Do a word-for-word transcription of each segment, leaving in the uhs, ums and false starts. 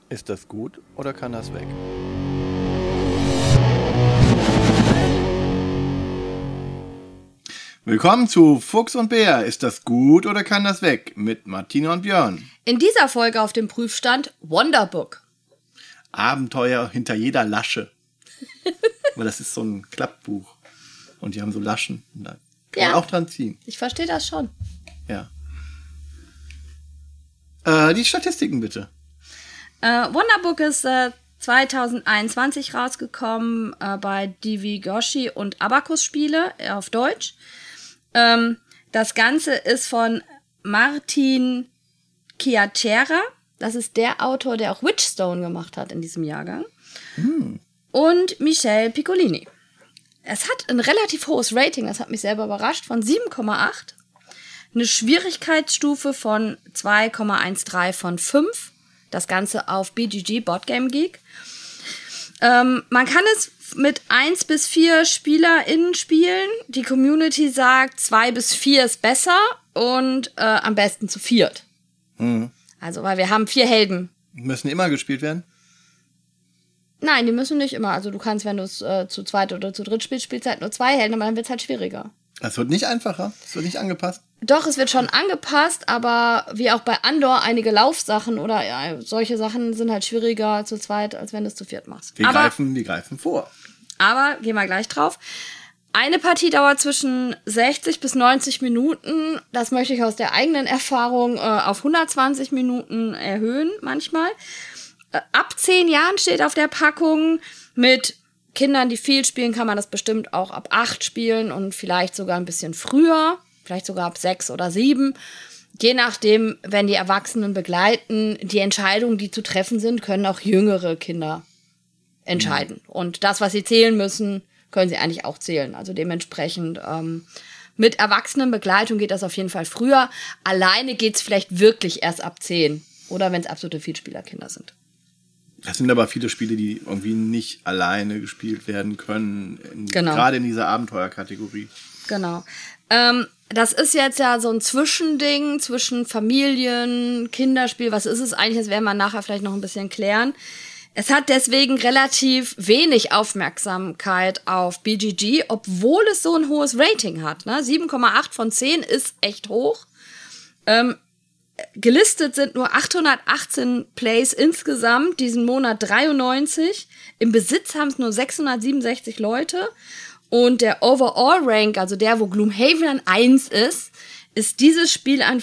Ist das gut oder kann das weg? Willkommen zu Fuchs und Bär. Ist das gut oder kann das weg? Mit Martina und Björn. In dieser Folge auf dem Prüfstand Wonderbook. Abenteuer hinter jeder Lasche. Aber das ist so ein Klappbuch. Und die haben so Laschen. Da kann Ja. man auch dran ziehen. Ich verstehe das schon. Ja. Äh, die Statistiken bitte. Äh, Wonderbook ist äh, zwanzig einundzwanzig rausgekommen äh, bei Divigoshi und Abacus Spiele äh, auf Deutsch. Ähm, das Ganze ist von Martin Chiachera. Das ist der Autor, der auch Witchstone gemacht hat in diesem Jahrgang. Hm. Und Michel Piccolini. Es hat ein relativ hohes Rating, das hat mich selber überrascht, von sieben Komma acht. Eine Schwierigkeitsstufe von zwei Komma dreizehn von fünf. Das Ganze auf B G G, Board Game Geek. Ähm, man kann es mit eins bis vier SpielerInnen spielen. Die Community sagt, zwei bis vier ist besser und äh, am besten zu viert. Mhm. Also, weil wir haben vier Helden. Müssen immer gespielt werden? Nein, die müssen nicht immer. Also du kannst, wenn du es äh, zu zweit oder zu dritt spielst, spielst halt nur zwei Helden, aber dann wird es halt schwieriger. Es wird nicht einfacher? Es wird nicht angepasst? Doch, es wird schon angepasst, aber wie auch bei Andor, einige Laufsachen oder ja, solche Sachen sind halt schwieriger zu zweit, als wenn du es zu viert machst. Wir, aber, greifen, wir greifen vor. aber, gehen wir gleich drauf. Eine Partie dauert zwischen sechzig bis neunzig Minuten. Das möchte ich aus der eigenen Erfahrung äh, auf hundertzwanzig Minuten erhöhen manchmal. Äh, ab zehn Jahren steht auf der Packung. Mit Kindern, die viel spielen, kann man das bestimmt auch ab acht spielen und vielleicht sogar ein bisschen früher. Vielleicht sogar ab sechs oder sieben. Je nachdem, wenn die Erwachsenen begleiten, die Entscheidungen, die zu treffen sind, können auch jüngere Kinder entscheiden. Mhm. Und das, was sie zählen müssen, können sie eigentlich auch zählen. Also dementsprechend ähm, mit Erwachsenenbegleitung geht das auf jeden Fall früher. Alleine geht's vielleicht wirklich erst ab zehn. Oder wenn es absolute Vielspielerkinder sind. Das sind aber viele Spiele, die irgendwie nicht alleine gespielt werden können. In, Genau. Gerade in dieser Abenteuerkategorie. Genau. Ähm, das ist jetzt ja so ein Zwischending zwischen Familien, Kinderspiel. Was ist es eigentlich? Das werden wir nachher vielleicht noch ein bisschen klären. Es hat deswegen relativ wenig Aufmerksamkeit auf B G G, obwohl es so ein hohes Rating hat. Ne? sieben Komma acht von zehn ist echt hoch. Ähm, gelistet sind nur achthundertachtzehn Plays insgesamt, diesen Monat dreiundneunzig. Im Besitz haben es nur sechshundertsiebenundsechzig Leute. Und der Overall-Rank, also der, wo Gloomhaven an eins ist, ist dieses Spiel an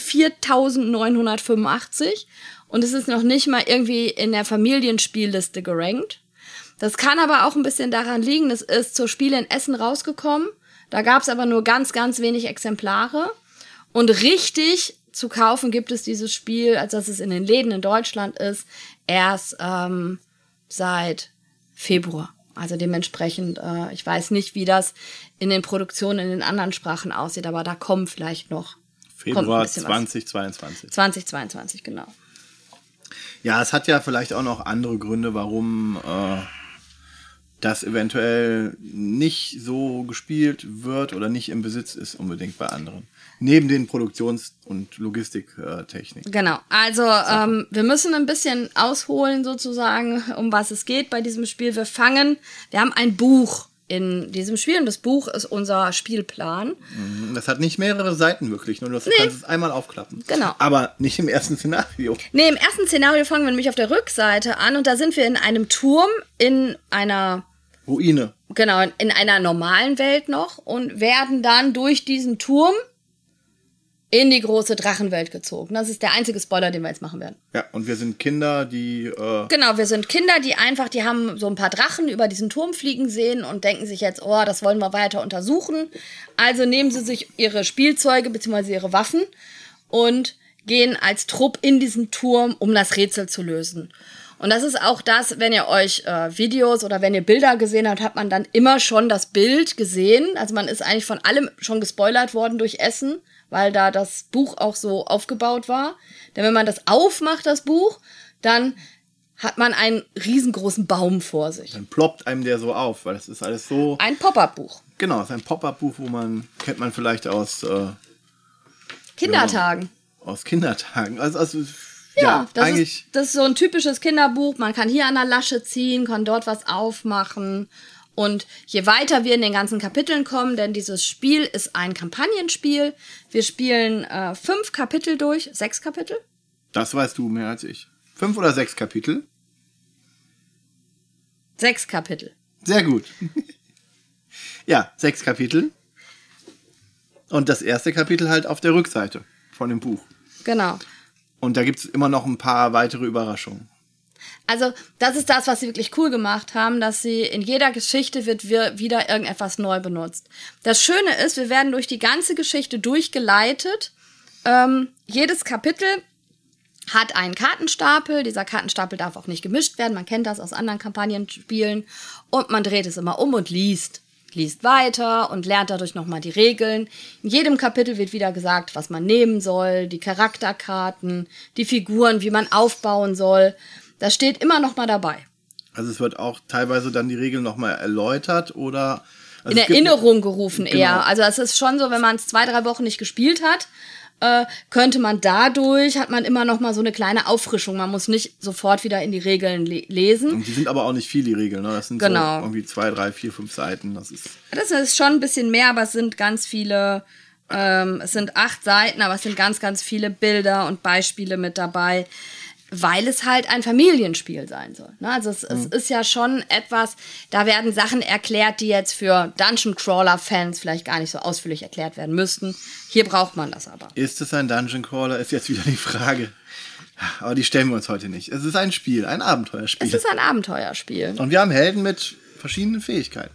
viertausendneunhundertfünfundachtzig. Und es ist noch nicht mal irgendwie in der Familienspielliste gerankt. Das kann aber auch ein bisschen daran liegen, es ist zur Spiele in Essen rausgekommen. Da gab es aber nur ganz, ganz wenig Exemplare. Und richtig zu kaufen gibt es dieses Spiel, als dass es in den Läden in Deutschland ist, erst ähm, seit Februar. Also dementsprechend, äh, ich weiß nicht, wie das in den Produktionen in den anderen Sprachen aussieht, aber da kommen vielleicht noch Februar zweitausendzweiundzwanzig. zweitausendzweiundzwanzig, genau. Ja, es hat ja vielleicht auch noch andere Gründe, warum äh, das eventuell nicht so gespielt wird oder nicht im Besitz ist unbedingt bei anderen. Neben den Produktions- und Logistiktechniken. Genau, also ähm, wir müssen ein bisschen ausholen sozusagen, um was es geht bei diesem Spiel. Wir fangen, wir haben ein Buch in diesem Spiel und das Buch ist unser Spielplan. Das hat nicht mehrere Seiten wirklich, nur du Nee. kannst es einmal aufklappen. Genau. Aber nicht im ersten Szenario. Nee, im ersten Szenario fangen wir nämlich auf der Rückseite an und da sind wir in einem Turm in einer, Ruine. genau, in einer normalen Welt noch und werden dann durch diesen Turm in die große Drachenwelt gezogen. Das ist der einzige Spoiler, den wir jetzt machen werden. Ja, und wir sind Kinder, die... Äh, Genau, wir sind Kinder, die einfach, die haben so ein paar Drachen über diesen Turm fliegen sehen und denken sich jetzt, oh, das wollen wir weiter untersuchen. Also nehmen sie sich ihre Spielzeuge bzw. ihre Waffen und gehen als Trupp in diesen Turm, um das Rätsel zu lösen. Und das ist auch das, wenn ihr euch äh, Videos oder wenn ihr Bilder gesehen habt, hat man dann immer schon das Bild gesehen. Also man ist eigentlich von allem schon gespoilert worden durch Essen, weil da das Buch auch so aufgebaut war. Denn wenn man das aufmacht, das Buch, dann hat man einen riesengroßen Baum vor sich. Dann ploppt einem der so auf, weil das ist alles so... Ein Pop-Up-Buch. Genau, es ist ein Pop-Up-Buch, wo man, kennt man vielleicht aus... Äh, Kindertagen. Ja, aus Kindertagen. Also, also Ja, Ja, das, eigentlich- ist, das ist so ein typisches Kinderbuch. Man kann hier an der Lasche ziehen, kann dort was aufmachen. Und je weiter wir in den ganzen Kapiteln kommen, denn dieses Spiel ist ein Kampagnenspiel. Wir spielen äh, fünf Kapitel durch, sechs Kapitel. Das weißt du mehr als ich. Fünf oder sechs Kapitel? Sechs Kapitel. Sehr gut. Ja, sechs Kapitel. Und das erste Kapitel halt auf der Rückseite von dem Buch. Genau. Und da gibt es immer noch ein paar weitere Überraschungen. Also das ist das, was sie wirklich cool gemacht haben, dass sie in jeder Geschichte wird wir wieder irgendetwas neu benutzt. Das Schöne ist, wir werden durch die ganze Geschichte durchgeleitet. Ähm, jedes Kapitel hat einen Kartenstapel. Dieser Kartenstapel darf auch nicht gemischt werden. Man kennt das aus anderen Kampagnenspielen. Und man dreht es immer um und liest. Liest weiter und lernt dadurch nochmal die Regeln. In jedem Kapitel wird wieder gesagt, was man nehmen soll, die Charakterkarten, die Figuren, wie man aufbauen soll. Das steht immer nochmal dabei. Also es wird auch teilweise dann die Regeln nochmal erläutert oder... Also In es gibt- Erinnerung gerufen Genau. eher. Also es ist schon so, wenn man es zwei, drei Wochen nicht gespielt hat, äh, könnte man dadurch, hat man immer noch mal so eine kleine Auffrischung. Man muss nicht sofort wieder in die Regeln le- lesen. Und die sind aber auch nicht viel, die Regeln. Ne? Das sind Genau. so irgendwie zwei, drei, vier, fünf Seiten. Das ist Das ist schon ein bisschen mehr, aber es sind ganz viele, ähm, es sind acht Seiten, aber es sind ganz, ganz viele Bilder und Beispiele mit dabei, weil es halt ein Familienspiel sein soll. Ne? Also es, es ist ja schon etwas, da werden Sachen erklärt, die jetzt für Dungeon Crawler-Fans vielleicht gar nicht so ausführlich erklärt werden müssten. Hier braucht man das aber. Ist es ein Dungeon Crawler? Ist jetzt wieder die Frage. Aber die stellen wir uns heute nicht. Es ist ein Spiel, ein Abenteuerspiel. Es ist ein Abenteuerspiel. Und wir haben Helden mit verschiedenen Fähigkeiten.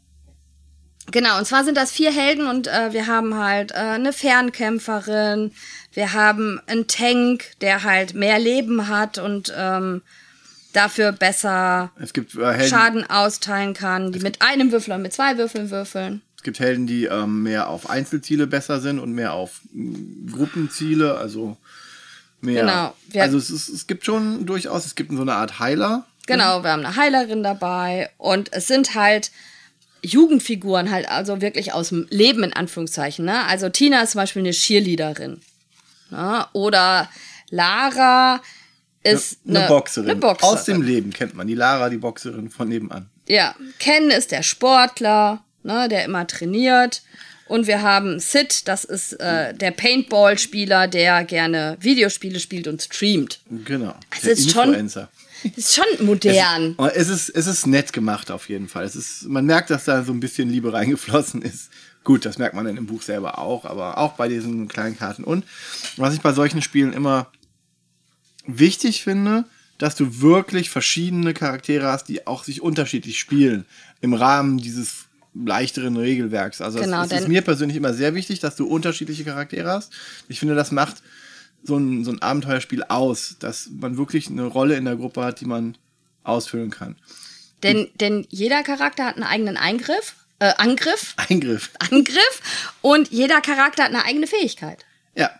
Genau, und zwar sind das vier Helden und äh, wir haben halt äh, eine Fernkämpferin, wir haben einen Tank, der halt mehr Leben hat und ähm, dafür besser Es gibt äh, Helden, Schaden austeilen kann, die mit einem Würfel und mit zwei Würfeln würfeln. es gibt Helden, die ähm, mehr auf Einzelziele besser sind und mehr auf mm, Gruppenziele, also mehr. Genau, wir- Also es, ist, es gibt schon durchaus, es gibt so eine Art Heiler. Genau, wir haben eine Heilerin dabei und es sind halt Jugendfiguren halt, also wirklich aus dem Leben in Anführungszeichen. Ne? Also Tina ist zum Beispiel eine Cheerleaderin. Ne? Oder Lara ist Eine, eine, Boxerin. Eine Boxerin. Aus dem Leben kennt man die Lara, die Boxerin von nebenan. Ja, Ken ist der Sportler, ne, der immer trainiert. Und wir haben Sid, das ist äh, der Paintball-Spieler, der gerne Videospiele spielt und streamt. Genau. Es Der ist schon- Influencer. Ist schon modern. Aber es ist, es ist nett gemacht auf jeden Fall. Es ist, man merkt, dass da so ein bisschen Liebe reingeflossen ist. Gut, das merkt man dann im Buch selber auch, aber auch bei diesen kleinen Karten. Und was ich bei solchen Spielen immer wichtig finde, dass du wirklich verschiedene Charaktere hast, die auch sich unterschiedlich spielen im Rahmen dieses leichteren Regelwerks. Also Genau, es, es ist denn- mir persönlich immer sehr wichtig, dass du unterschiedliche Charaktere hast. Ich finde, das macht so ein, so ein Abenteuerspiel aus, dass man wirklich eine Rolle in der Gruppe hat, die man ausfüllen kann. Denn, denn jeder Charakter hat einen eigenen Eingriff, äh, Angriff, Eingriff. Angriff und jeder Charakter hat eine eigene Fähigkeit. Ja.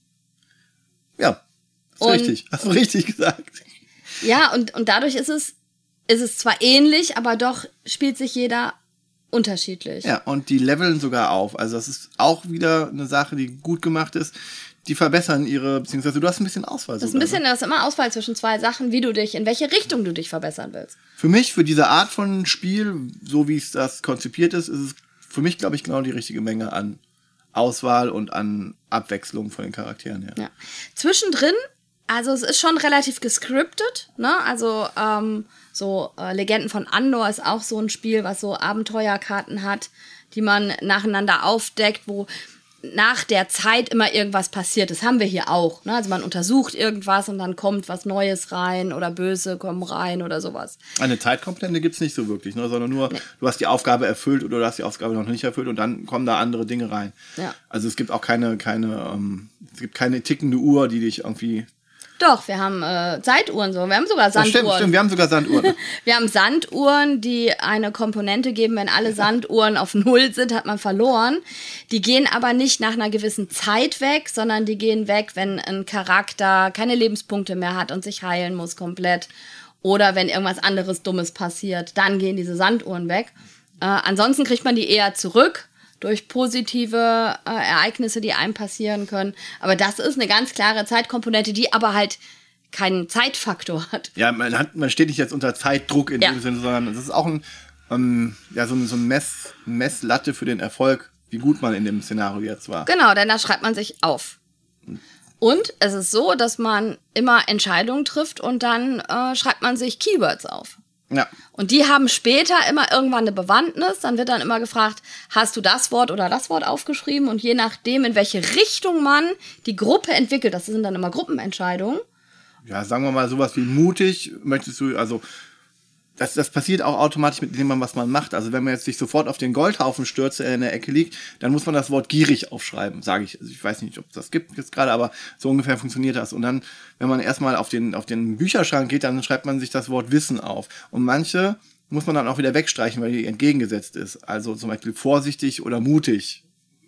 Ja. Ist Und- richtig. Hast du richtig gesagt. Ja, und, und dadurch ist es, ist es zwar ähnlich, aber doch spielt sich jeder unterschiedlich. Ja, und die leveln sogar auf. Also das ist auch wieder eine Sache, die gut gemacht ist. Die verbessern ihre, beziehungsweise du hast ein bisschen Auswahl. Das ist ein sogar, bisschen, ne? das ist immer Auswahl zwischen zwei Sachen, wie du dich, in welche Richtung du dich verbessern willst. Für mich, für diese Art von Spiel, so wie es das konzipiert ist, ist es für mich, glaube ich, genau die richtige Menge an Auswahl und an Abwechslung von den Charakteren her. Ja. Zwischendrin, also es ist schon relativ gescriptet, ne? Also ähm, so äh, Legenden von Andor ist auch so ein Spiel, was so Abenteuerkarten hat, die man nacheinander aufdeckt, wo nach der Zeit immer irgendwas passiert. Das haben wir hier auch. Ne? Also man untersucht irgendwas und dann kommt was Neues rein oder Böse kommen rein oder sowas. Eine Zeitkomponente gibt's nicht so wirklich, ne? Sondern nur, du hast die Aufgabe erfüllt oder du hast die Aufgabe noch nicht erfüllt und dann kommen da andere Dinge rein. Ja. Also es gibt auch keine, keine, ähm, es gibt keine tickende Uhr, die dich irgendwie. Doch, wir haben äh, Zeituhren so. Wir haben sogar Das Sanduhren. stimmt, stimmt, wir haben sogar Sanduhren. Wir haben Sanduhren, die eine Komponente geben, wenn alle Sanduhren auf Null sind, hat man verloren. Die gehen aber nicht nach einer gewissen Zeit weg, sondern die gehen weg, wenn ein Charakter keine Lebenspunkte mehr hat und sich heilen muss komplett. Oder wenn irgendwas anderes Dummes passiert, dann gehen diese Sanduhren weg. Äh, ansonsten kriegt man die eher zurück durch positive äh, Ereignisse, die einem passieren können. Aber das ist eine ganz klare Zeitkomponente, die aber halt keinen Zeitfaktor hat. Ja, man, hat, man steht nicht jetzt unter Zeitdruck in Ja. dem Sinne, sondern es ist auch ein, ähm, ja, so, ein, so ein Mess, Messlatte für den Erfolg, wie gut man in dem Szenario jetzt war. Genau, denn da schreibt man sich auf. Und es ist so, dass man immer Entscheidungen trifft und dann äh, schreibt man sich Keywords auf. Ja. Und die haben später immer irgendwann eine Bewandtnis. Dann wird dann immer gefragt, hast du das Wort oder das Wort aufgeschrieben? Und je nachdem, in welche Richtung man die Gruppe entwickelt, das sind dann immer Gruppenentscheidungen. Ja, sagen wir mal sowas wie mutig, möchtest du, also das, das passiert auch automatisch mit dem, was man macht. Also wenn man jetzt sich sofort auf den Goldhaufen stürzt, der in der Ecke liegt, dann muss man das Wort gierig aufschreiben, sage ich. Also ich weiß nicht, ob es das gibt jetzt gerade, aber so ungefähr funktioniert das. Und dann, wenn man erstmal auf den, auf den Bücherschrank geht, dann schreibt man sich das Wort Wissen auf. Und manche muss man dann auch wieder wegstreichen, weil die entgegengesetzt ist. Also zum Beispiel vorsichtig oder mutig.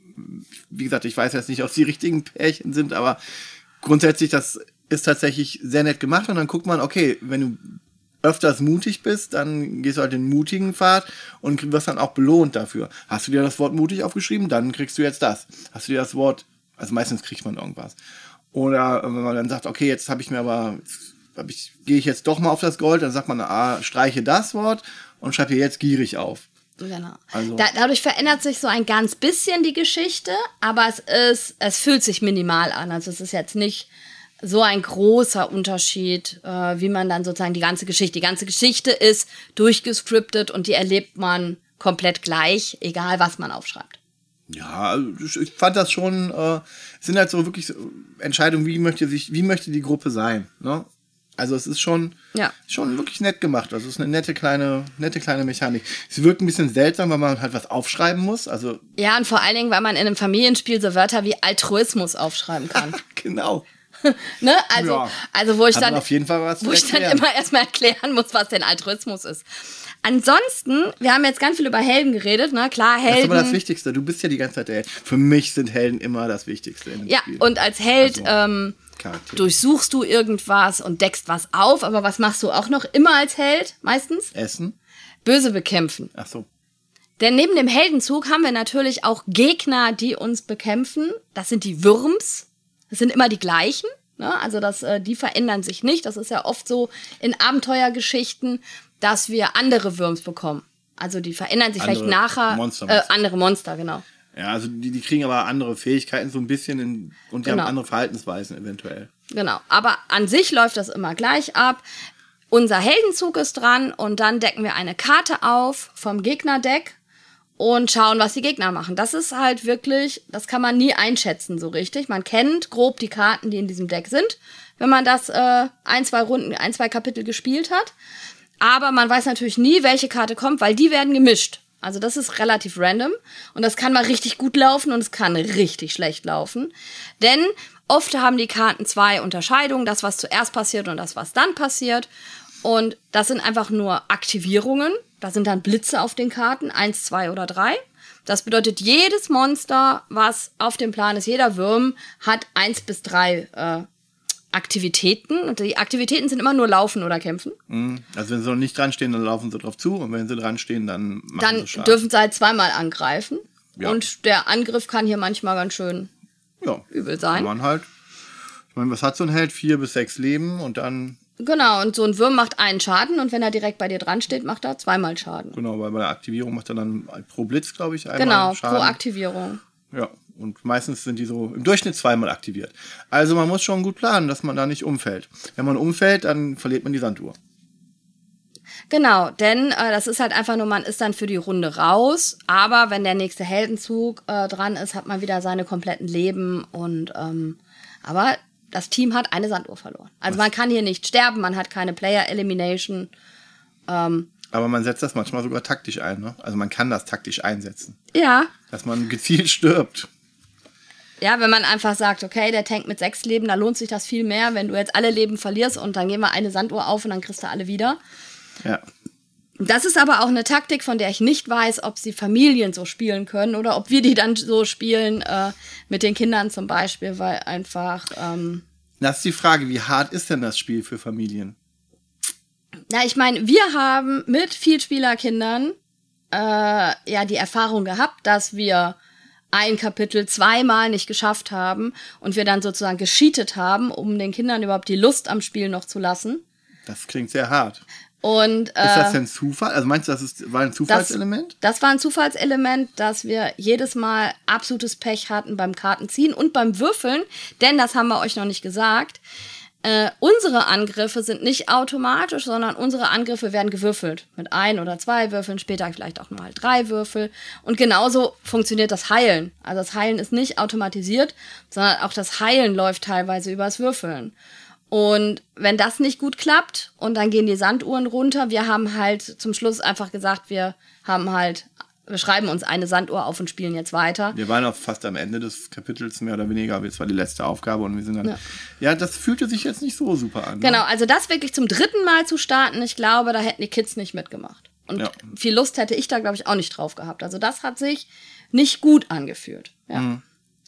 Wie gesagt, ich weiß jetzt nicht, ob es die richtigen Pärchen sind, aber grundsätzlich, das ist tatsächlich sehr nett gemacht. Und dann guckt man, okay, wenn du öfters mutig bist, dann gehst du halt den mutigen Pfad und wirst dann auch belohnt dafür. Hast du dir das Wort mutig aufgeschrieben, dann kriegst du jetzt das. Hast du dir das Wort, also meistens kriegt man irgendwas. Oder wenn man dann sagt, okay, jetzt habe ich mir aber, hab ich, gehe ich jetzt doch mal auf das Gold, dann sagt man, ah, streiche das Wort und schreibe hier jetzt gierig auf. Genau. Also, da, dadurch verändert sich so ein ganz bisschen die Geschichte, aber es ist, es fühlt sich minimal an. Also es ist jetzt nicht so ein großer Unterschied, äh, wie man dann sozusagen die ganze Geschichte, die ganze Geschichte ist durchgescriptet und die erlebt man komplett gleich, egal was man aufschreibt. ja, ich fand das schon, äh, es sind halt so wirklich so Entscheidungen, wie möchte sich, wie möchte die Gruppe sein, ne? Also es ist schon, Ja. schon wirklich nett gemacht. Also es ist eine nette kleine, nette kleine Mechanik. Es wirkt ein bisschen seltsam, weil man halt was aufschreiben muss. Also Ja, und vor allen Dingen, weil man in einem Familienspiel so Wörter wie Altruismus aufschreiben kann. genau. Ne? Also, Ja. also wo ich Hat man dann, auf jeden Fall was zu wo ich dann erklären. immer erstmal erklären muss, was denn Altruismus ist. Ansonsten, wir haben jetzt ganz viel über Helden geredet, ne? Klar, Das ist Helden. aber das Wichtigste. Du bist ja die ganze Zeit der Held. Für mich sind Helden immer das Wichtigste in dem Ja, Spiel. und als Held Also, ähm, Charaktere. durchsuchst du irgendwas und deckst was auf, aber was machst du auch noch immer als Held, meistens? Essen? Böse bekämpfen. Ach so. Denn neben dem Heldenzug haben wir natürlich auch Gegner, die uns bekämpfen. Das sind die Würms. Das sind immer die gleichen. Ne? Also das, äh, die verändern sich nicht. Das ist ja oft so in Abenteuergeschichten, dass wir andere Würms bekommen. Also die verändern sich Andere vielleicht nachher. Monster, äh, meinst du? andere Monster, genau. Ja, also die, die kriegen aber andere Fähigkeiten so ein bisschen in, und die Genau. haben andere Verhaltensweisen eventuell. Genau. Aber an sich läuft das immer gleich ab. Unser Heldenzug ist dran und dann decken wir eine Karte auf vom Gegnerdeck und schauen, was die Gegner machen. Das ist halt wirklich, das kann man nie einschätzen so richtig. Man kennt grob die Karten, die in diesem Deck sind, wenn man das äh, ein, zwei Runden, ein, zwei Kapitel gespielt hat. Aber man weiß natürlich nie, welche Karte kommt, weil die werden gemischt. Also das ist relativ random und das kann mal richtig gut laufen und es kann richtig schlecht laufen. Denn oft haben die Karten zwei Unterscheidungen, das, was zuerst passiert und das, was dann passiert. Und das sind einfach nur Aktivierungen. Da sind dann Blitze auf den Karten, eins, zwei oder drei. Das bedeutet, jedes Monster, was auf dem Plan ist, jeder Wurm, hat eins bis drei äh, Aktivitäten. Und die Aktivitäten sind immer nur Laufen oder Kämpfen. Mhm. Also wenn sie noch nicht dran stehen, dann laufen sie drauf zu und wenn sie dran stehen, dann machen Dann sie Schaden. dürfen sie halt zweimal angreifen. Ja. Und der Angriff kann hier manchmal ganz schön ja. übel sein. Kann man halt. Ich meine, was hat so ein Held? Vier bis sechs Leben und dann, Genau, und so ein Wurm macht einen Schaden und wenn er direkt bei dir dran steht, macht er zweimal Schaden. genau, weil bei der Aktivierung macht er dann pro Blitz, glaube ich, einmal Genau, Schaden. pro Aktivierung. Ja, und meistens sind die so im Durchschnitt zweimal aktiviert. Also man muss schon gut planen, dass man da nicht umfällt. Wenn man umfällt, dann verliert man die Sanduhr. Genau, denn äh, das ist halt einfach nur, man ist dann für die Runde raus, aber wenn der nächste Heldenzug äh, dran ist, hat man wieder seine kompletten Leben und ähm, aber das Team hat eine Sanduhr verloren. Also man kann hier nicht sterben, man hat keine Player Elimination. Ähm, Aber man setzt das manchmal sogar taktisch ein, ne? Also man kann das taktisch einsetzen. ja, Dass man gezielt stirbt. ja, wenn man einfach sagt, okay, der Tank mit sechs Leben, da lohnt sich das viel mehr, wenn du jetzt alle Leben verlierst und dann gehen wir eine Sanduhr auf und dann kriegst du alle wieder. Ja. Das ist aber auch eine Taktik, von der ich nicht weiß, ob sie Familien so spielen können oder ob wir die dann so spielen, äh, mit den Kindern zum Beispiel, weil einfach, ähm, Das ist die Frage, wie hart ist denn das Spiel für Familien? na, ich meine, wir haben mit Vielspielerkindern äh, ja die Erfahrung gehabt, dass wir ein Kapitel zweimal nicht geschafft haben und wir dann sozusagen gecheatet haben, um den Kindern überhaupt die Lust am Spiel noch zu lassen. Das klingt sehr hart. Und, äh, ist das denn Zufall? Also meinst du, das ist, war ein Zufallselement? Das, das war ein Zufallselement, dass wir jedes Mal absolutes Pech hatten beim Kartenziehen und beim Würfeln, denn das haben wir euch noch nicht gesagt. Äh, unsere Angriffe sind nicht automatisch, sondern unsere Angriffe werden gewürfelt. Mit ein oder zwei Würfeln, später vielleicht auch mal drei Würfel. Und genauso funktioniert das Heilen. Also das Heilen ist nicht automatisiert, sondern auch das Heilen läuft teilweise übers Würfeln. Und wenn das nicht gut klappt und dann gehen die Sanduhren runter, wir haben halt zum Schluss einfach gesagt, wir haben halt, wir schreiben uns eine Sanduhr auf und spielen jetzt weiter. Wir waren auch fast am Ende des Kapitels, mehr oder weniger, aber jetzt war die letzte Aufgabe und wir sind dann, ja, ja das fühlte sich jetzt nicht so super an. Ne? Genau, also das wirklich zum dritten Mal zu starten, ich glaube, da hätten die Kids nicht mitgemacht. Und ja. viel Lust hätte ich da, glaube ich, auch nicht drauf gehabt. Also das hat sich nicht gut angefühlt. Ja. Mhm.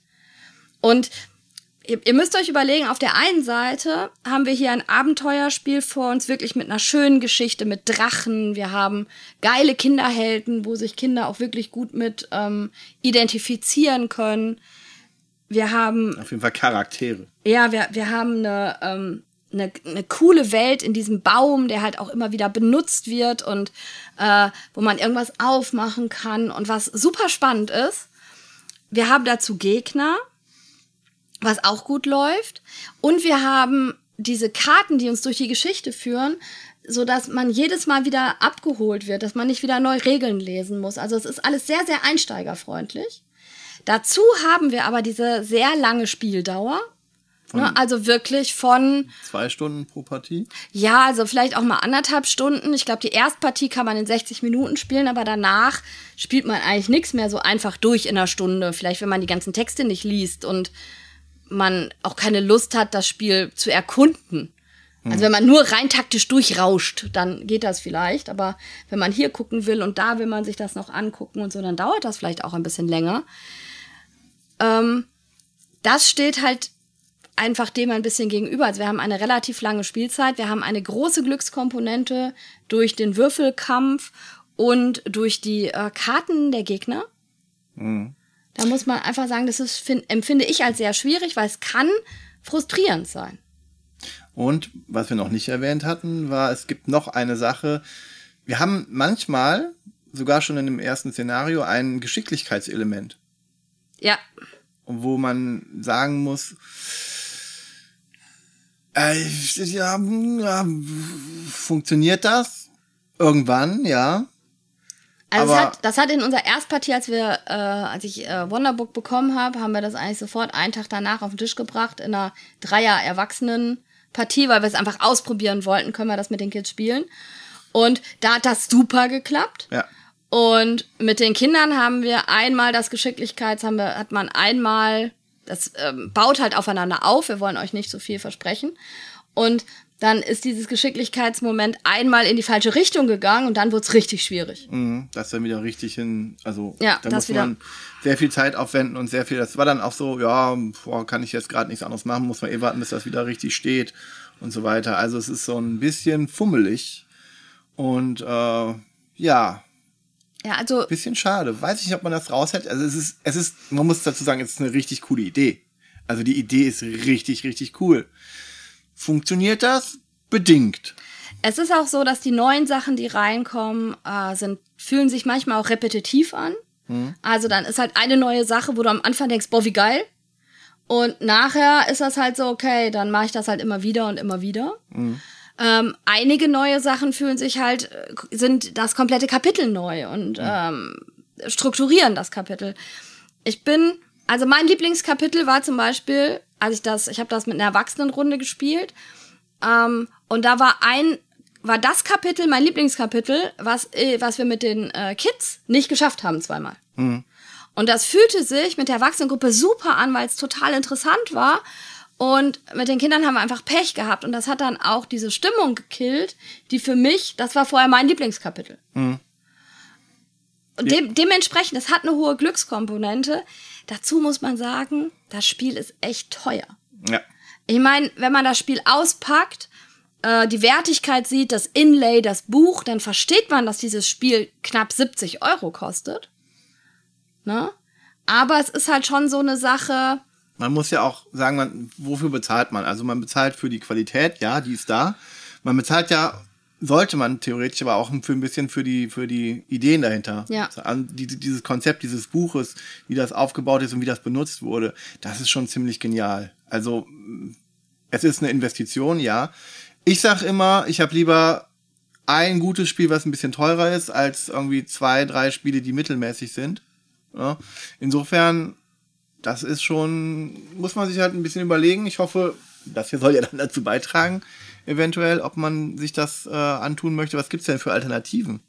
Und ihr müsst euch überlegen, auf der einen Seite haben wir hier ein Abenteuerspiel vor uns, wirklich mit einer schönen Geschichte, mit Drachen. Wir haben geile Kinderhelden, wo sich Kinder auch wirklich gut mit ähm, identifizieren können. Wir haben... Auf jeden Fall Charaktere. Ja, wir, wir haben eine, ähm, eine, eine coole Welt in diesem Baum, der halt auch immer wieder benutzt wird und äh, wo man irgendwas aufmachen kann. Und was super spannend ist, wir haben dazu Gegner, was auch gut läuft. Und wir haben diese Karten, die uns durch die Geschichte führen, so dass man jedes Mal wieder abgeholt wird, dass man nicht wieder neu Regeln lesen muss. Also es ist alles sehr, sehr einsteigerfreundlich. Dazu haben wir aber diese sehr lange Spieldauer. Ne, also wirklich von... Zwei Stunden pro Partie? Ja, also vielleicht auch mal anderthalb Stunden. Ich glaube, die Erstpartie kann man in sechzig Minuten spielen, aber danach spielt man eigentlich nichts mehr so einfach durch in einer Stunde. Vielleicht, wenn man die ganzen Texte nicht liest und man auch keine Lust hat, das Spiel zu erkunden. Hm. Also wenn man nur rein taktisch durchrauscht, dann geht das vielleicht. Aber wenn man hier gucken will und da will man sich das noch angucken und so, dann dauert das vielleicht auch ein bisschen länger. Ähm, das steht halt einfach dem ein bisschen gegenüber. Also wir haben eine relativ lange Spielzeit. Wir haben eine große Glückskomponente durch den Würfelkampf und durch die äh, Karten der Gegner. Mhm. Da muss man einfach sagen, das ist, find, empfinde ich als sehr schwierig, weil es kann frustrierend sein. Und was wir noch nicht erwähnt hatten, war, es gibt noch eine Sache. Wir haben manchmal, sogar schon in dem ersten Szenario, ein Geschicklichkeitselement. Ja. Wo man sagen muss, äh, ja, ja, funktioniert das? Irgendwann, ja. Also es hat, das hat in unserer Erstpartie, als wir, äh, als ich äh, Wonderbook bekommen habe, haben wir das eigentlich sofort einen Tag danach auf den Tisch gebracht in einer Dreier-Erwachsenen-Partie, weil wir es einfach ausprobieren wollten, können wir das mit den Kids spielen. Und da hat das super geklappt. Ja. Und mit den Kindern haben wir einmal das Geschicklichkeits, haben wir, hat man einmal, das ähm, baut halt aufeinander auf, wir wollen euch nicht so viel versprechen. Und dann ist dieses Geschicklichkeitsmoment einmal in die falsche Richtung gegangen und dann wurde es richtig schwierig. Mhm, das dann wieder richtig hin, also ja, da muss wieder man sehr viel Zeit aufwenden und sehr viel, das war dann auch so, ja, boah, kann ich jetzt gerade nichts anderes machen, muss man eh warten, bis das wieder richtig steht und so weiter. Also es ist so ein bisschen fummelig und äh, ja, ja, also bisschen schade. Weiß ich nicht, ob man das raushält. Also es ist, es ist, man muss dazu sagen, es ist eine richtig coole Idee. Also die Idee ist richtig, richtig cool. Funktioniert das? Bedingt. Es ist auch so, dass die neuen Sachen, die reinkommen, äh, sind, fühlen sich manchmal auch repetitiv an. Hm. Also dann ist halt eine neue Sache, wo du am Anfang denkst, boah, wie geil. Und nachher ist das halt so, okay, dann mache ich das halt immer wieder und immer wieder. Hm. Ähm, einige neue Sachen fühlen sich halt, sind das komplette Kapitel neu und ähm, strukturieren das Kapitel. Ich bin, also mein Lieblingskapitel war zum Beispiel, als ich das, ich habe das mit einer Erwachsenenrunde gespielt ähm, und da war ein, war das Kapitel, mein Lieblingskapitel, was, was wir mit den äh, Kids nicht geschafft haben zweimal. Mhm. Und das fühlte sich mit der Erwachsenengruppe super an, weil es total interessant war. Und mit den Kindern haben wir einfach Pech gehabt. Und das hat dann auch diese Stimmung gekillt, die für mich, das war vorher mein Lieblingskapitel. Mhm. Und de- dementsprechend, das hat eine hohe Glückskomponente. Dazu muss man sagen, das Spiel ist echt teuer. Ja. Ich meine, wenn man das Spiel auspackt, äh, die Wertigkeit sieht, das Inlay, das Buch, dann versteht man, dass dieses Spiel knapp siebzig Euro kostet. Ne? aber es ist halt schon so eine Sache. Man muss ja auch sagen, man, wofür bezahlt man? Also man bezahlt für die Qualität, ja, die ist da. Man bezahlt ja, sollte man theoretisch aber auch für ein bisschen für die, für die Ideen dahinter. Ja. Also die, dieses Konzept dieses Buches, wie das aufgebaut ist und wie das benutzt wurde, das ist schon ziemlich genial. Also es ist eine Investition, ja. Ich sag immer, ich habe lieber ein gutes Spiel, was ein bisschen teurer ist, als irgendwie zwei, drei Spiele, die mittelmäßig sind. Ja. Insofern, das ist schon, muss man sich halt ein bisschen überlegen. Ich hoffe, das hier soll ja dann dazu beitragen, eventuell, ob man sich das äh, antun möchte. Was gibt's denn für Alternativen?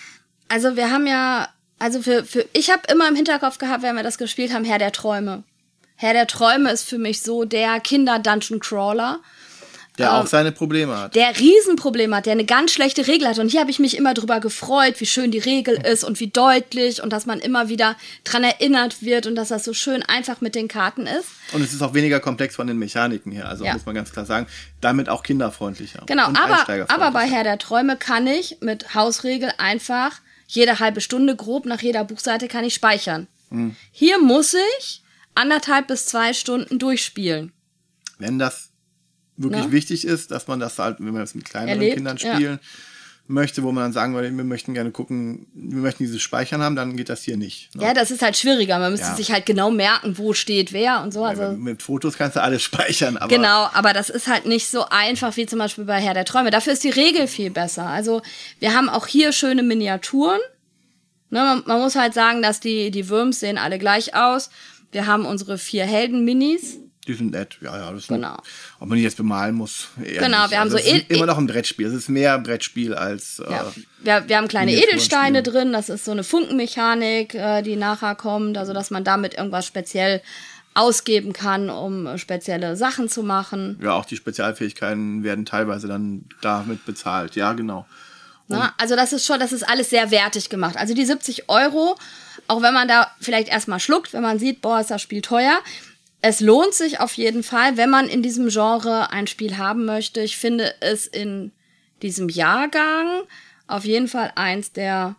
Also wir haben ja, also für, für ich habe immer im Hinterkopf gehabt, wenn wir das gespielt haben, Herr der Träume. Herr der Träume ist für mich so der Kinder-Dungeon-Crawler. Der auch seine Probleme hat. Der Riesenprobleme hat, der eine ganz schlechte Regel hat. Und hier habe ich mich immer drüber gefreut, wie schön die Regel ist und wie deutlich und dass man immer wieder dran erinnert wird und dass das so schön einfach mit den Karten ist. Und es ist auch weniger komplex von den Mechaniken her, also ja. muss man ganz klar sagen, damit auch kinderfreundlicher. Genau, und aber, einsteigerfreundlicher. aber bei Herr der Träume kann ich mit Hausregel einfach jede halbe Stunde grob nach jeder Buchseite kann ich speichern. Hm. Hier muss ich anderthalb bis zwei Stunden durchspielen. Wenn das wirklich ja. wichtig ist, dass man das halt, wenn man das mit kleineren Erlebt, Kindern spielen ja. möchte, wo man dann sagen würde, wir möchten gerne gucken, wir möchten dieses Speichern haben, dann geht das hier nicht. Ne? Ja, das ist halt schwieriger. Man müsste ja. sich halt genau merken, wo steht wer und so. Also ja, mit Fotos kannst du alles speichern. Aber genau, aber das ist halt nicht so einfach wie zum Beispiel bei Herr der Träume. Dafür ist die Regel viel besser. Also wir haben auch hier schöne Miniaturen. Ne, man, man muss halt sagen, dass die, die Würms sehen alle gleich aus. Wir haben unsere vier Helden-Minis. Die sind nett, ja, ja. Das genau. Sind, ob man die jetzt bemalen muss. Genau, nicht. wir haben also so... Es ist e- immer noch ein Brettspiel. Es ist mehr Brettspiel als... Ja. Äh, wir, wir haben kleine Edelsteine drin. Das ist so eine Funkenmechanik, äh, die nachher kommt. Also, dass man damit irgendwas speziell ausgeben kann, um spezielle Sachen zu machen. Ja, auch die Spezialfähigkeiten werden teilweise dann damit bezahlt. Ja, genau. Na, also, das ist schon, das ist alles sehr wertig gemacht. Also, die siebzig Euro, auch wenn man da vielleicht erstmal schluckt, wenn man sieht, boah, ist das Spiel teuer. Es lohnt sich auf jeden Fall, wenn man in diesem Genre ein Spiel haben möchte. Ich finde es in diesem Jahrgang auf jeden Fall eins der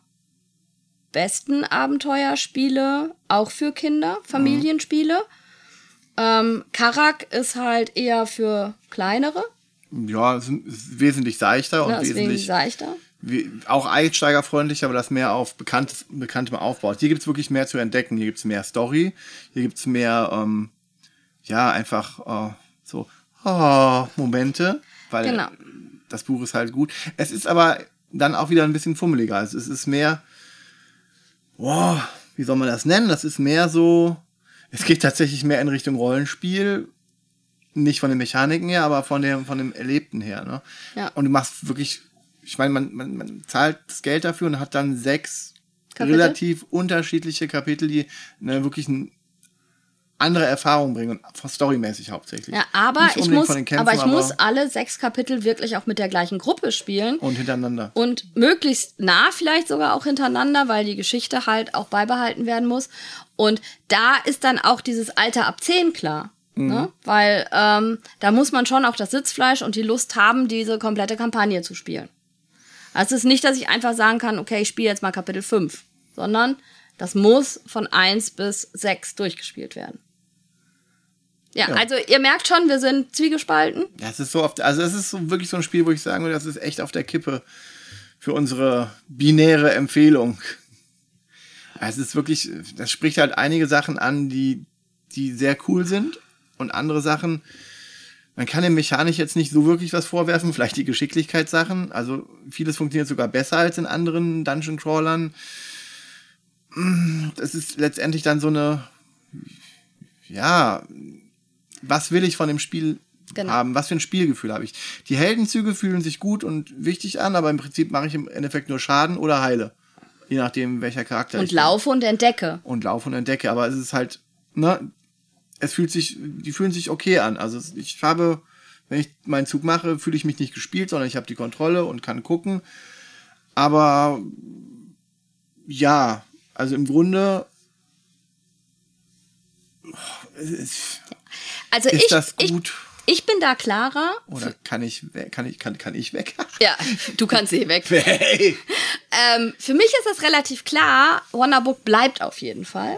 besten Abenteuerspiele, auch für Kinder, Familienspiele. Mhm. Ähm, Karak ist halt eher für kleinere. Ja, es ist wesentlich seichter und ja, wesentlich seichter. Wie, auch einsteigerfreundlich, aber das mehr auf bekanntes, bekanntem aufbaut. Hier gibt's wirklich mehr zu entdecken. Hier gibt's mehr Story. Hier gibt's mehr, ähm, ja, einfach äh, so oh, Momente, weil genau. das Buch ist halt gut. Es ist aber dann auch wieder ein bisschen fummeliger. Also es ist mehr, wow, wie soll man das nennen? Das ist mehr so, es geht tatsächlich mehr in Richtung Rollenspiel. Nicht von den Mechaniken her, aber von dem, von dem Erlebten her. Ne? Ja. Und du machst wirklich, ich meine, man, man, man zahlt das Geld dafür und hat dann sechs Kapitel? relativ unterschiedliche Kapitel, die ne, wirklich ein andere Erfahrungen bringen, und storymäßig hauptsächlich. Ja, aber Nicht ich, muss, von den Kämpfen, aber ich aber muss alle sechs Kapitel wirklich auch mit der gleichen Gruppe spielen. Und hintereinander. Und möglichst nah vielleicht sogar auch hintereinander, weil die Geschichte halt auch beibehalten werden muss. Und da ist dann auch dieses Alter ab zehn klar. Mhm. Ne? Weil ähm, da muss man schon auch das Sitzfleisch und die Lust haben, diese komplette Kampagne zu spielen. Also es ist nicht, dass ich einfach sagen kann, okay, ich spiele jetzt mal Kapitel fünf. Sondern das muss von eins bis sechs durchgespielt werden. Ja, ja, also ihr merkt schon, wir sind zwiegespalten. Das ist so oft, also es ist so wirklich so ein Spiel, wo ich sagen würde, das ist echt auf der Kippe für unsere binäre Empfehlung. Es ist wirklich, das spricht halt einige Sachen an, die, die sehr cool sind und andere Sachen, man kann dem Mechanik jetzt nicht so wirklich was vorwerfen, vielleicht die Geschicklichkeitssachen, also vieles funktioniert sogar besser als in anderen Dungeon-Crawlern. Das ist letztendlich dann so eine, ja, was will ich von dem Spiel genau. haben? Was für ein Spielgefühl habe ich? Die Heldenzüge fühlen sich gut und wichtig an, aber im Prinzip mache ich im Endeffekt nur Schaden oder heile. Je nachdem, welcher Charakter und ich bin. Und laufe und entdecke. Und laufe und entdecke. Aber es ist halt, ne, es fühlt sich, die fühlen sich okay an. Also ich habe, wenn ich meinen Zug mache, fühle ich mich nicht gespielt, sondern ich habe die Kontrolle und kann gucken. Aber ja, also im Grunde ist, also ist ich, das gut? Ich, ich bin da klarer. Oder kann ich, kann ich, kann, kann ich weg? Ja, du kannst eh weg. Hey. ähm, für mich ist das relativ klar. Wonderbook bleibt auf jeden Fall.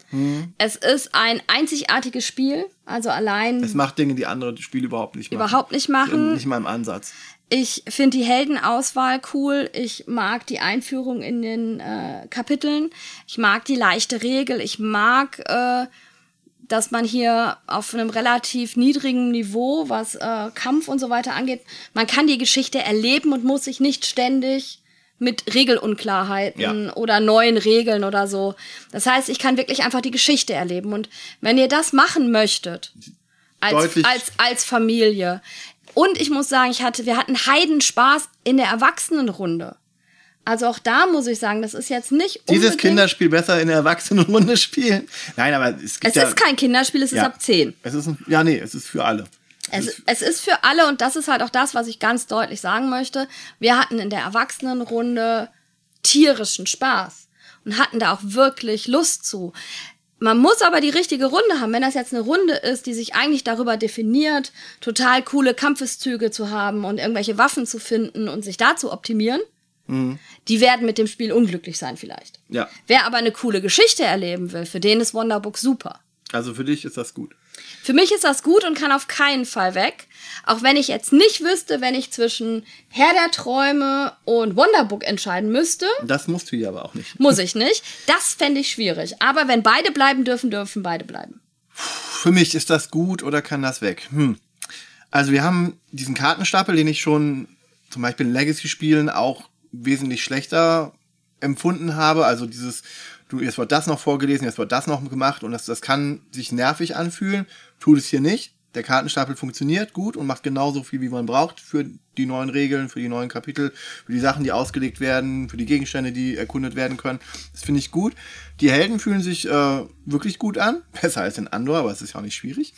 Hm. Es ist ein einzigartiges Spiel, also allein... Es macht Dinge, die andere Spiele überhaupt nicht machen. Überhaupt nicht machen. Nicht mal im Ansatz. Ich finde die Heldenauswahl cool. Ich mag die Einführung in den äh, Kapiteln. Ich mag die leichte Regel. Ich mag, äh, dass man hier auf einem relativ niedrigen Niveau, was äh, Kampf und so weiter angeht, man kann die Geschichte erleben und muss sich nicht ständig mit Regelunklarheiten ja. oder neuen Regeln oder so. Das heißt, ich kann wirklich einfach die Geschichte erleben. Und wenn ihr das machen möchtet, als, als, als Familie... Und ich muss sagen, ich hatte, wir hatten Heidenspaß in der Erwachsenenrunde. Also auch da muss ich sagen, das ist jetzt nicht unbedingt... Dieses Kinderspiel besser in der Erwachsenenrunde spielen? Nein, aber es gibt Es ja, ist kein Kinderspiel, es ja, ist ab zehn. Es ist ein, ja, nee, es ist für alle. Es, es, ist, es ist für alle und das ist halt auch das, was ich ganz deutlich sagen möchte. Wir hatten in der Erwachsenenrunde tierischen Spaß und hatten da auch wirklich Lust zu. Man muss aber die richtige Runde haben. Wenn das jetzt eine Runde ist, die sich eigentlich darüber definiert, total coole Kampfeszüge zu haben und irgendwelche Waffen zu finden und sich da zu optimieren, mhm. die werden mit dem Spiel unglücklich sein vielleicht. Ja. Wer aber eine coole Geschichte erleben will, für den ist Wonderbook super. Also für dich ist das gut. Für mich ist das gut und kann auf keinen Fall weg. Auch wenn ich jetzt nicht wüsste, wenn ich zwischen Herr der Träume und Wonderbook entscheiden müsste. Das musst du ja aber auch nicht. Muss ich nicht. Das fände ich schwierig. Aber wenn beide bleiben dürfen, dürfen beide bleiben. Für mich ist das gut oder kann das weg? Hm. Also wir haben diesen Kartenstapel, den ich schon zum Beispiel in Legacy-Spielen auch wesentlich schlechter empfunden habe. Also dieses... Du, jetzt wird das noch vorgelesen, jetzt wird das noch gemacht und das, das kann sich nervig anfühlen. Tut es hier nicht. Der Kartenstapel funktioniert gut und macht genauso viel, wie man braucht für die neuen Regeln, für die neuen Kapitel, für die Sachen, die ausgelegt werden, für die Gegenstände, die erkundet werden können. Das finde ich gut. Die Helden fühlen sich äh, wirklich gut an. Besser als in Andor, aber es ist ja auch nicht schwierig.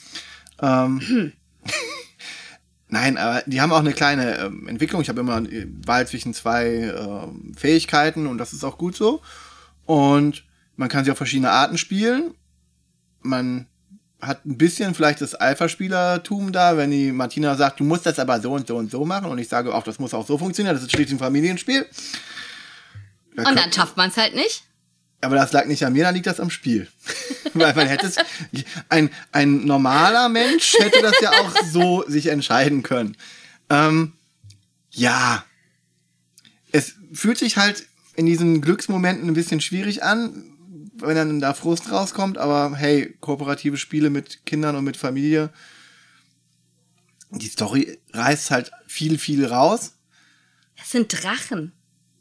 Ähm, Nein, aber die haben auch eine kleine äh, Entwicklung. Ich habe immer eine Wahl zwischen zwei äh, Fähigkeiten und das ist auch gut so. Und man kann sie auf verschiedene Arten spielen. Man hat ein bisschen vielleicht das Alpha-Spielertum da, wenn die Martina sagt, du musst das aber so und so und so machen. Und ich sage, auch das muss auch so funktionieren. Das ist schließlich ein Familienspiel. Da und dann schafft man es halt nicht. Aber das lag nicht an mir, dann liegt das am Spiel. Weil man hätte es, ein, ein normaler Mensch hätte das ja auch so sich entscheiden können. Ähm, ja. Es fühlt sich halt in diesen Glücksmomenten ein bisschen schwierig an, wenn dann da Frust rauskommt, aber hey, kooperative Spiele mit Kindern und mit Familie, die Story reißt halt viel, viel raus. Das sind Drachen.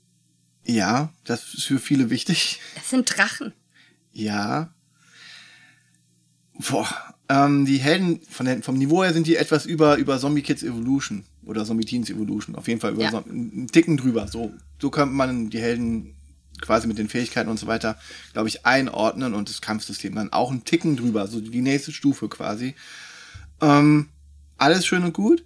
Ja, das ist für viele wichtig. Das sind Drachen. Ja. Boah, ähm, die Helden von der, vom Niveau her sind die etwas über, über Zombie Kids Evolution oder Zombie Teens Evolution. Auf jeden Fall über ja. so, einen Ticken drüber. So, so könnte man die Helden quasi mit den Fähigkeiten und so weiter, glaube ich, einordnen und das Kampfsystem dann auch einen Ticken drüber. So die nächste Stufe quasi. Ähm, alles schön und gut.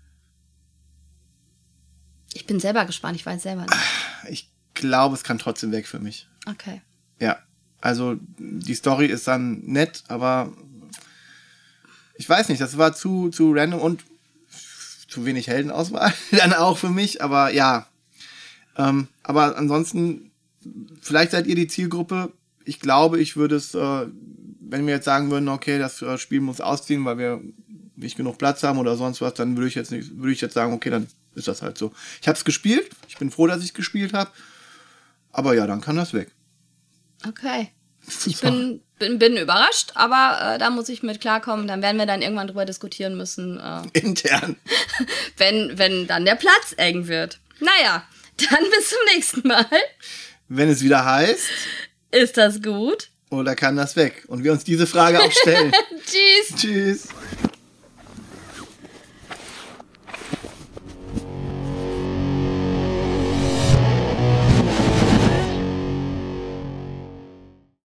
Ich bin selber gespannt, ich weiß selber nicht. Ich glaube, es kann trotzdem weg für mich. Okay. Ja, also die Story ist dann nett, aber ich weiß nicht, das war zu, zu random und zu wenig Heldenauswahl dann auch für mich, aber ja. Ähm, aber ansonsten, vielleicht seid ihr die Zielgruppe. Ich glaube, ich würde es, äh, wenn wir jetzt sagen würden, okay, das äh, Spiel muss ausziehen, weil wir nicht genug Platz haben oder sonst was, dann würde ich jetzt nicht, würde ich jetzt sagen, okay, dann ist das halt so. Ich habe es gespielt, ich bin froh, dass ich es gespielt habe, aber ja, dann kann das weg. Okay. Ich bin, bin, bin überrascht, aber äh, da muss ich mit klarkommen. Dann werden wir dann irgendwann drüber diskutieren müssen. Äh, Intern. wenn, wenn dann der Platz eng wird. Naja, dann bis zum nächsten Mal. Wenn es wieder heißt... Ist das gut? Oder kann das weg? Und wir uns diese Frage auch stellen. Tschüss. Tschüss.